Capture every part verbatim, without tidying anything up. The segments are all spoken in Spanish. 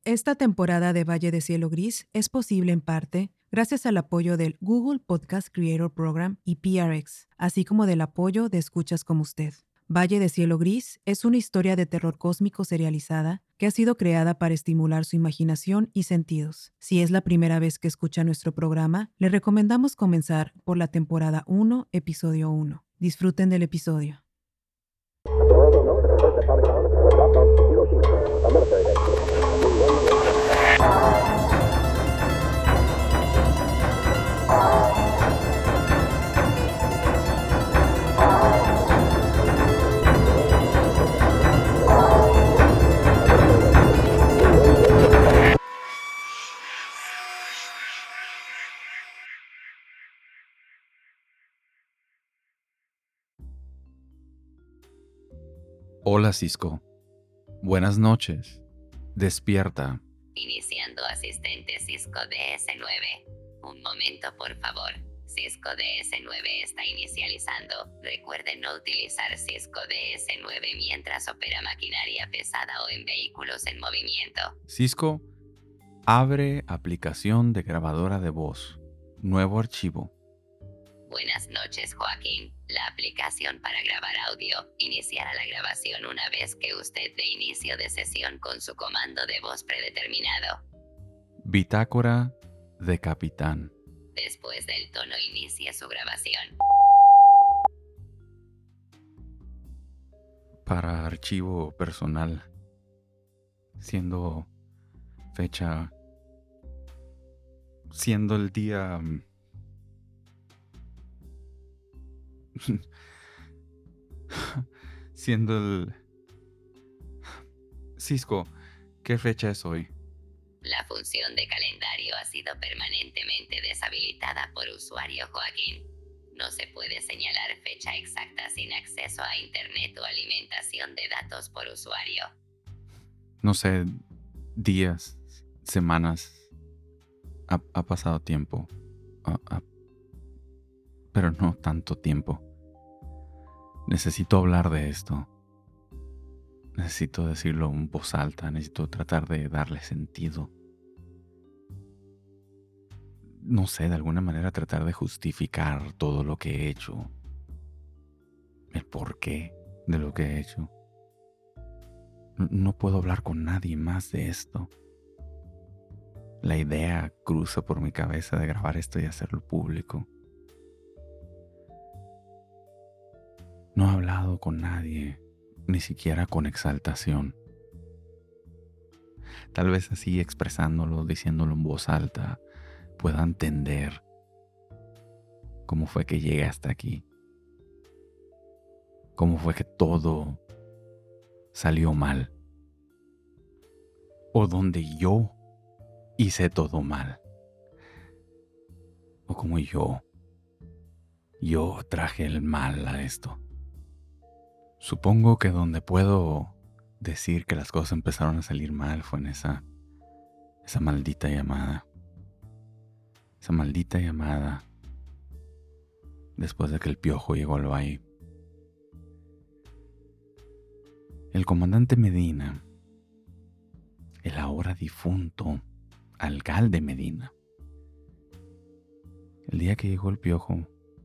Esta temporada de Valle de Cielo Gris es posible en parte gracias al apoyo del Google Podcast Creator Program y P R X, así como del apoyo de escuchas como usted. Valle de Cielo Gris es una historia de terror cósmico serializada que ha sido creada para estimular su imaginación y sentidos. Si es la primera vez que escucha nuestro programa, le recomendamos comenzar por la temporada uno, episodio uno. Disfruten del episodio. Hola Cisco, buenas noches, despierta. Iniciando asistente Cisco D S nueve. Un momento por favor, Cisco D S nueve está inicializando. Recuerde no utilizar Cisco D S nueve mientras opera maquinaria pesada o en vehículos en movimiento. Cisco, abre aplicación de grabadora de voz, nuevo archivo. Buenas noches, Joaquín. La aplicación para grabar audio iniciará la grabación una vez que usted dé inicio de sesión con su comando de voz predeterminado. Bitácora de capitán. Después del tono inicie su grabación. Para archivo personal, siendo fecha, siendo el día... siendo el... Cisco, ¿qué fecha es hoy? La función de calendario ha sido permanentemente deshabilitada por usuario Joaquín. No se puede señalar fecha exacta sin acceso a internet o alimentación de datos por usuario. No sé, días, semanas, ha, ha pasado tiempo, ha, ha, pero no tanto tiempo. Necesito hablar de esto. Necesito decirlo en voz alta, necesito tratar de darle sentido. No sé, de alguna manera tratar de justificar todo lo que he hecho. El porqué de lo que he hecho. No, no puedo hablar con nadie más de esto. La idea cruza por mi cabeza de grabar esto y hacerlo público. No he hablado con nadie, ni siquiera con exaltación. Tal vez así expresándolo, diciéndolo en voz alta, pueda entender cómo fue que llegué hasta aquí. Cómo fue que todo salió mal. O donde yo hice todo mal. O como yo, yo traje el mal a esto. Supongo que donde puedo decir que las cosas empezaron a salir mal fue en esa, esa maldita llamada. Esa maldita llamada después de que el Piojo llegó al valle. El comandante Medina, el ahora difunto alcalde Medina, el día que llegó el Piojo,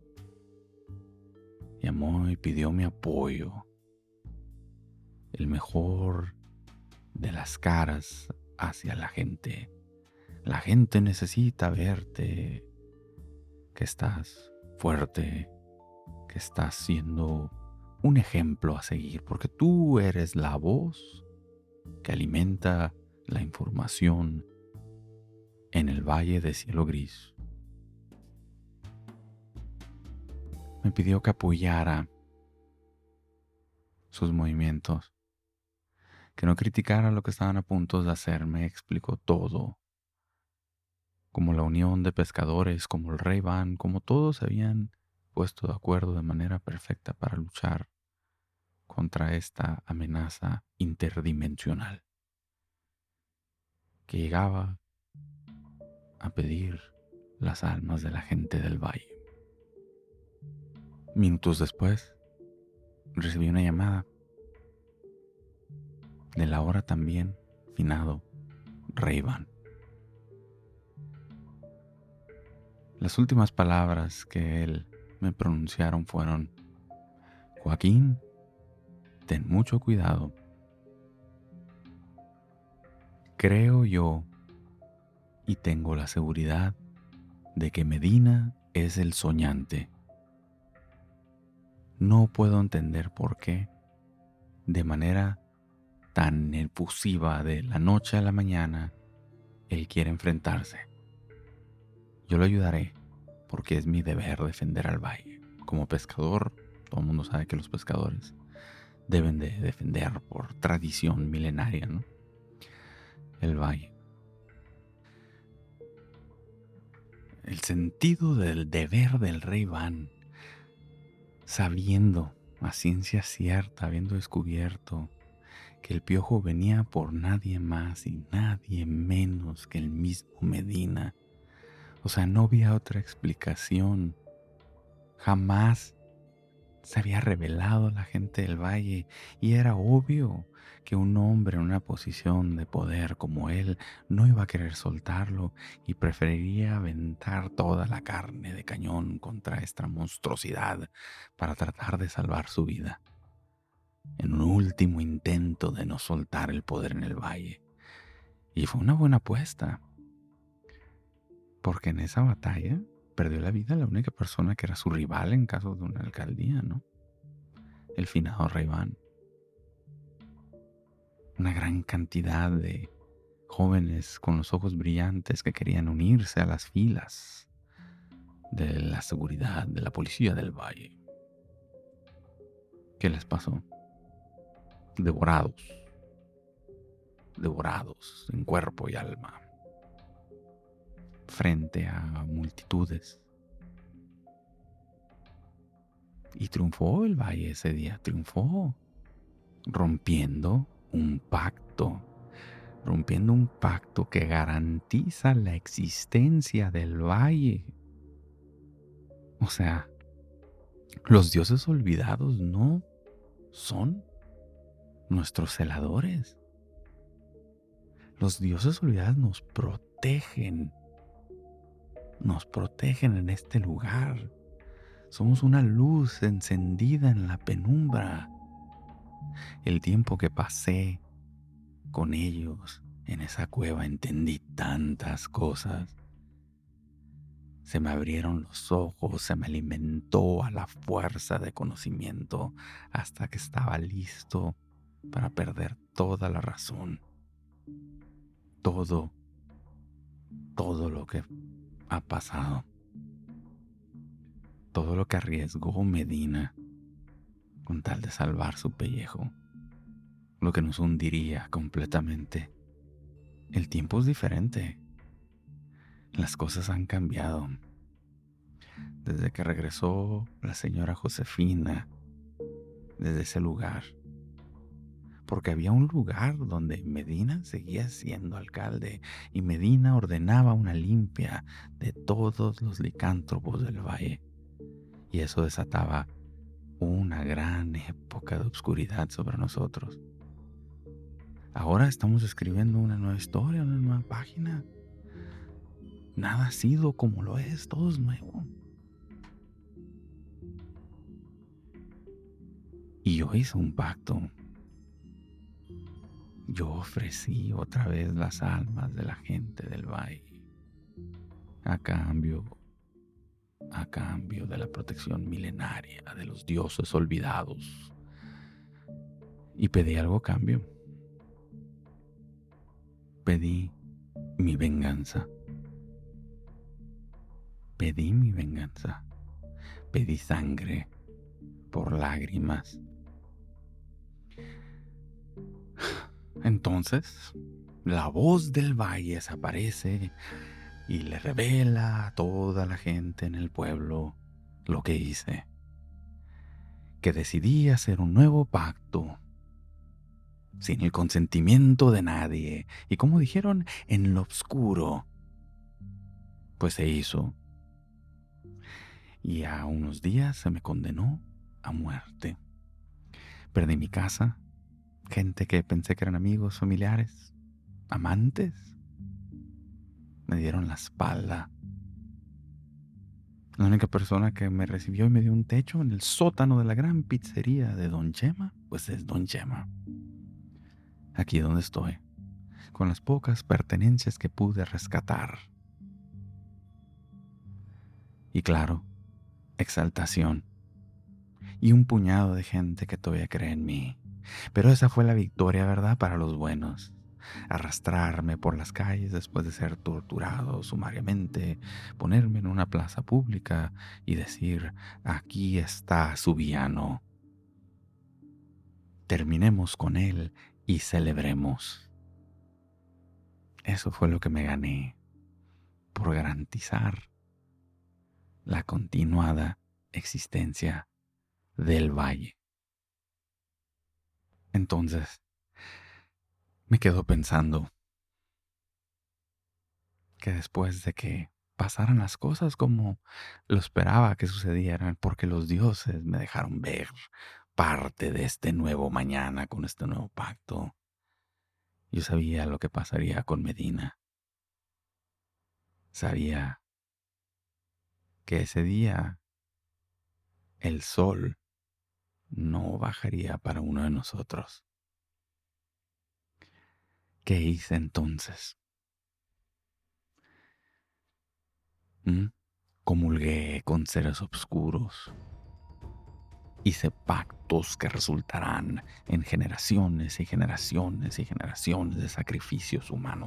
llamó y pidió mi apoyo, el mejor de las caras hacia la gente. La gente necesita verte, que estás fuerte, que estás siendo un ejemplo a seguir, porque tú eres la voz que alimenta la información en el Valle de Cielo Gris. Me pidió que apoyara sus movimientos, que no criticara lo que estaban a punto de hacer. Me explicó todo, como la unión de pescadores, como el Rey Van, como todos se habían puesto de acuerdo de manera perfecta para luchar contra esta amenaza interdimensional que llegaba a pedir las almas de la gente del valle. Minutos después, recibí una llamada del ahora también finado Ray-Ban. Las últimas palabras que él me pronunciaron fueron: Joaquín, ten mucho cuidado. Creo yo y tengo la seguridad de que Medina es el soñante. No puedo entender por qué, de manera tan efusiva de la noche a la mañana, él quiere enfrentarse. Yo lo ayudaré, porque es mi deber defender al valle. Como pescador, todo el mundo sabe que los pescadores deben de defender por tradición milenaria, ¿no?, el valle. El sentido del deber del Ray-Ban, sabiendo a ciencia cierta, habiendo descubierto que el Piojo venía por nadie más y nadie menos que el mismo Medina. O sea, no había otra explicación. Jamás se había revelado a la gente del valle y era obvio que un hombre en una posición de poder como él no iba a querer soltarlo y preferiría aventar toda la carne de cañón contra esta monstruosidad para tratar de salvar su vida, en un último intento de no soltar el poder en el valle. Y fue una buena apuesta, porque en esa batalla perdió la vida la única persona que era su rival en caso de una alcaldía, ¿no? El finado Ray-Ban. Una gran cantidad de jóvenes con los ojos brillantes que querían unirse a las filas de la seguridad de la policía del valle. ¿Qué les pasó? Devorados. Devorados en cuerpo y alma, frente a multitudes. Y triunfó el valle ese día, triunfó, rompiendo un pacto, rompiendo un pacto que garantiza la existencia del valle. O sea, los dioses olvidados no son nuestros celadores. Los dioses olvidados nos protegen, nos protegen en este lugar. Somos una luz encendida en la penumbra. El tiempo que pasé con ellos en esa cueva entendí tantas cosas. Se me abrieron los ojos, se me alimentó a la fuerza de conocimiento hasta que estaba listo para perder toda la razón. Todo, todo lo que ha pasado, todo lo que arriesgó Medina con tal de salvar su pellejo, lo que nos hundiría completamente. El tiempo es diferente. Las cosas han cambiado. Desde que regresó la señora Josefina, desde ese lugar, porque había un lugar donde Medina seguía siendo alcalde y Medina ordenaba una limpia de todos los licántropos del valle. Y eso desataba una gran época de oscuridad sobre nosotros. Ahora estamos escribiendo una nueva historia, una nueva página. Nada ha sido como lo es, todo es nuevo. Y yo hice un pacto. Yo ofrecí otra vez las almas de la gente del valle a cambio, a cambio de la protección milenaria de los dioses olvidados. Y pedí algo a cambio. Pedí mi venganza. Pedí mi venganza. Pedí sangre por lágrimas. Entonces, la voz del valle aparece y le revela a toda la gente en el pueblo lo que hice. Que decidí hacer un nuevo pacto sin el consentimiento de nadie y, como dijeron, en lo oscuro. Pues se hizo. Y a unos días se me condenó a muerte. Perdí mi casa, gente que pensé que eran amigos, familiares, amantes. me dieron la espalda. La única persona que me recibió y me dio un techo en el sótano de la gran pizzería de Don Chema, pues es Don Chema. Aquí donde estoy, con las pocas pertenencias que pude rescatar. Y claro, exaltación. Y un puñado de gente que todavía cree en mí. Pero esa fue la victoria, ¿verdad? Para los buenos. Arrastrarme por las calles después de ser torturado sumariamente, ponerme en una plaza pública y decir, aquí está su villano. Terminemos con él y celebremos. Eso fue lo que me gané por garantizar la continuada existencia del valle. Entonces, me quedo pensando que después de que pasaran las cosas como lo esperaba que sucedieran, porque los dioses me dejaron ver parte de este nuevo mañana con este nuevo pacto, yo sabía lo que pasaría con Medina. Sabía que ese día el sol no bajaría para uno de nosotros. ¿Qué hice entonces? ¿Mm? Comulgué con seres oscuros. Hice pactos que resultarán en generaciones y generaciones y generaciones de sacrificios humanos.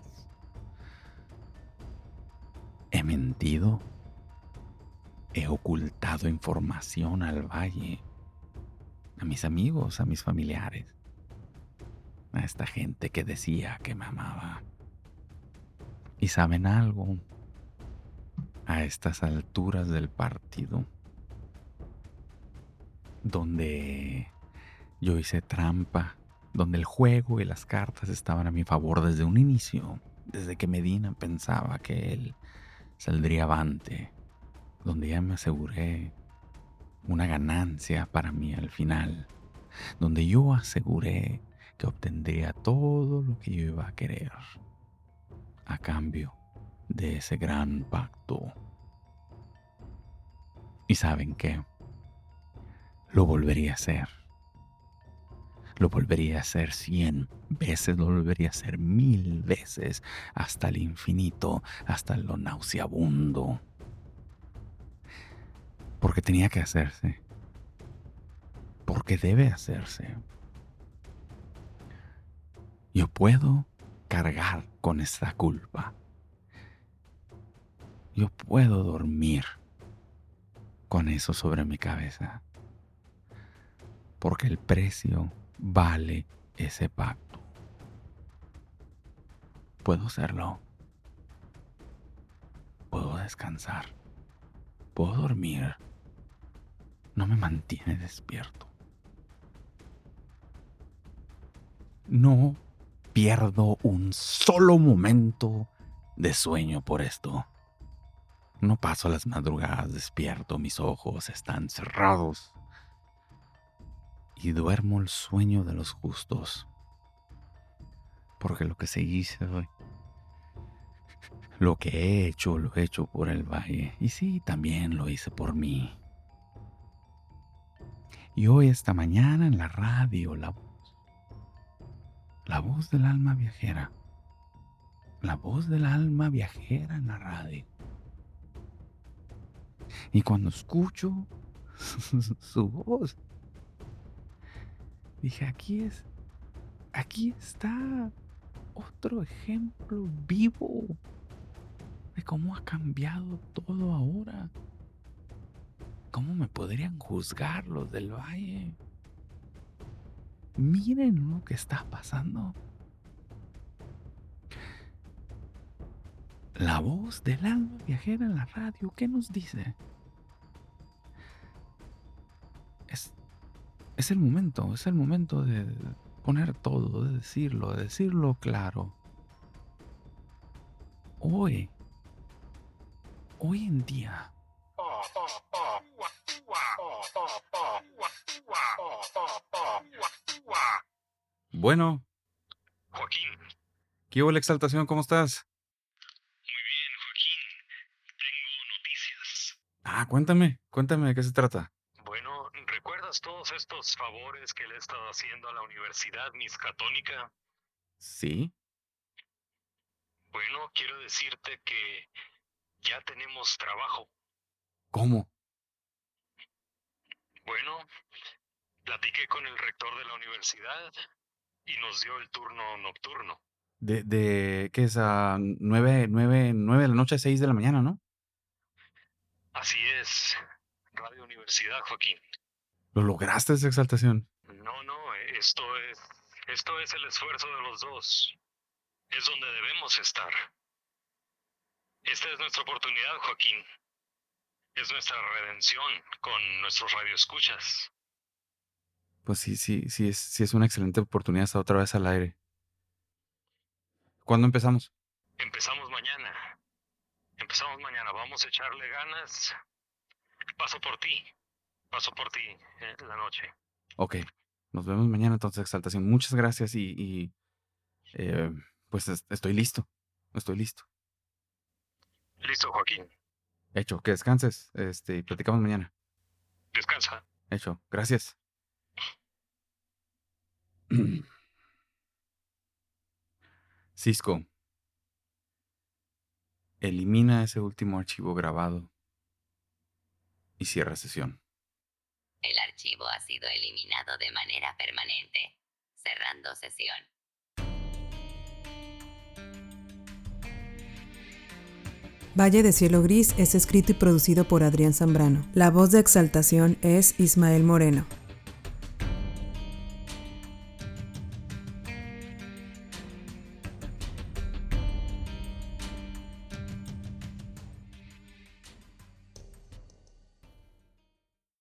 He mentido. He ocultado información al valle, a mis amigos, a mis familiares, a esta gente que decía que me amaba. ¿Y saben algo? A estas alturas del partido, donde yo hice trampa, donde el juego y las cartas estaban a mi favor desde un inicio, desde que Medina pensaba que él saldría avante, donde ya me aseguré una ganancia para mí al final, donde yo aseguré que obtendría todo lo que yo iba a querer a cambio de ese gran pacto. ¿Y saben qué? Lo volvería a hacer. Lo volvería a hacer cien veces, lo volvería a hacer mil veces, hasta el infinito, hasta lo nauseabundo. Porque tenía que hacerse. Porque debe hacerse. Yo puedo cargar con esta culpa. Yo puedo dormir con eso sobre mi cabeza. Porque el precio vale ese pacto. Puedo hacerlo. Puedo descansar. Puedo dormir. No me mantiene despierto. No pierdo un solo momento de sueño por esto. No paso las madrugadas despierto, mis ojos están cerrados. Y duermo el sueño de los justos. Porque lo que se hizo hoy, lo que he hecho, lo he hecho por el valle. Y sí, también lo hice por mí. Y hoy, esta mañana, en la radio, la voz. La voz del alma viajera. La voz del alma viajera en la radio. Y cuando escucho su voz, dije, aquí es, aquí está otro ejemplo vivo de cómo ha cambiado todo ahora. ¿Cómo me podrían juzgar los del valle? Miren lo que está pasando. La voz del alma viajera en la radio, ¿qué nos dice? Es, es el momento, es el momento de poner todo, de decirlo, de decirlo claro. Hoy, hoy en día, bueno, Joaquín, ¿qué hubo la exaltación? ¿Cómo estás? muy bien, Ah, cuéntame, cuéntame de qué se trata. Bueno, ¿recuerdas todos estos favores que le he estado haciendo a la Universidad Miskatonic? Sí. Bueno, quiero decirte que ya tenemos trabajo. ¿Cómo? Bueno, platiqué con el rector de la universidad y nos dio el turno nocturno. De, de ¿qué es? A nueve, nueve, nueve de la noche a seis de la mañana, ¿no? Así es, Radio Universidad, Joaquín. ¿Lo lograste esa exaltación? No, no, esto es, esto es el esfuerzo de los dos. Es donde debemos estar. Esta es nuestra oportunidad, Joaquín. Es nuestra redención con nuestros radioescuchas. Pues sí, sí, sí es, sí es una excelente oportunidad estar otra vez al aire. ¿Cuándo empezamos? Empezamos mañana. Empezamos mañana. Vamos a echarle ganas. Paso por ti. Paso por ti en la noche. Ok. Nos vemos mañana entonces, exaltación. Muchas gracias y, y eh, pues es- estoy listo. Estoy listo. Listo, Joaquín. Hecho, que descanses. Este, platicamos mañana. Descansa. Hecho, gracias. Cisco, elimina ese último archivo grabado y cierra sesión. El archivo ha sido eliminado de manera permanente. Cerrando sesión. Valle de Cielo Gris es escrito y producido por Adrián Zambrano. La voz de exaltación es Ismael Moreno.